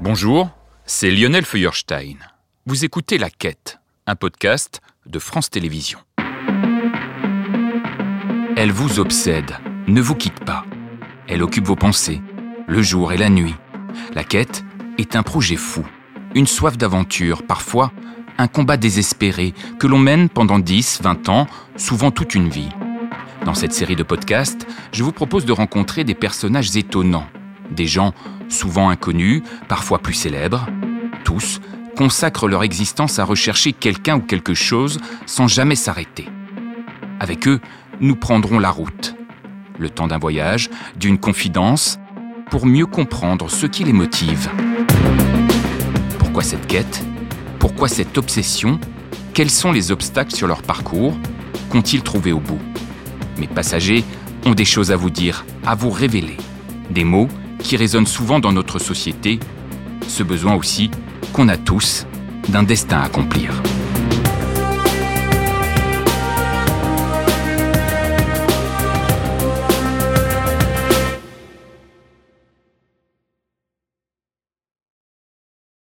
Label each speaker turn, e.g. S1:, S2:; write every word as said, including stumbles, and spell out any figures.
S1: Bonjour, c'est Lionel Feuerstein. Vous écoutez La Quête, un podcast de France Télévisions. Elle vous obsède, ne vous quitte pas. Elle occupe vos pensées, le jour et la nuit. La Quête est un projet fou, une soif d'aventure, parfois un combat désespéré que l'on mène pendant dix, vingt ans, souvent toute une vie. Dans cette série de podcasts, je vous propose de rencontrer des personnages étonnants, des gens souvent inconnus, parfois plus célèbres. Tous consacrent leur existence à rechercher quelqu'un ou quelque chose sans jamais s'arrêter. Avec eux, nous prendrons la route. Le temps d'un voyage, d'une confidence, pour mieux comprendre ce qui les motive. Pourquoi cette quête ? Pourquoi cette obsession ? Quels sont les obstacles sur leur parcours ? Qu'ont-ils trouvé au bout ? Mes passagers ont des choses à vous dire, à vous révéler. Des mots qui résonnent souvent dans notre société. Ce besoin aussi qu'on a tous d'un destin à accomplir.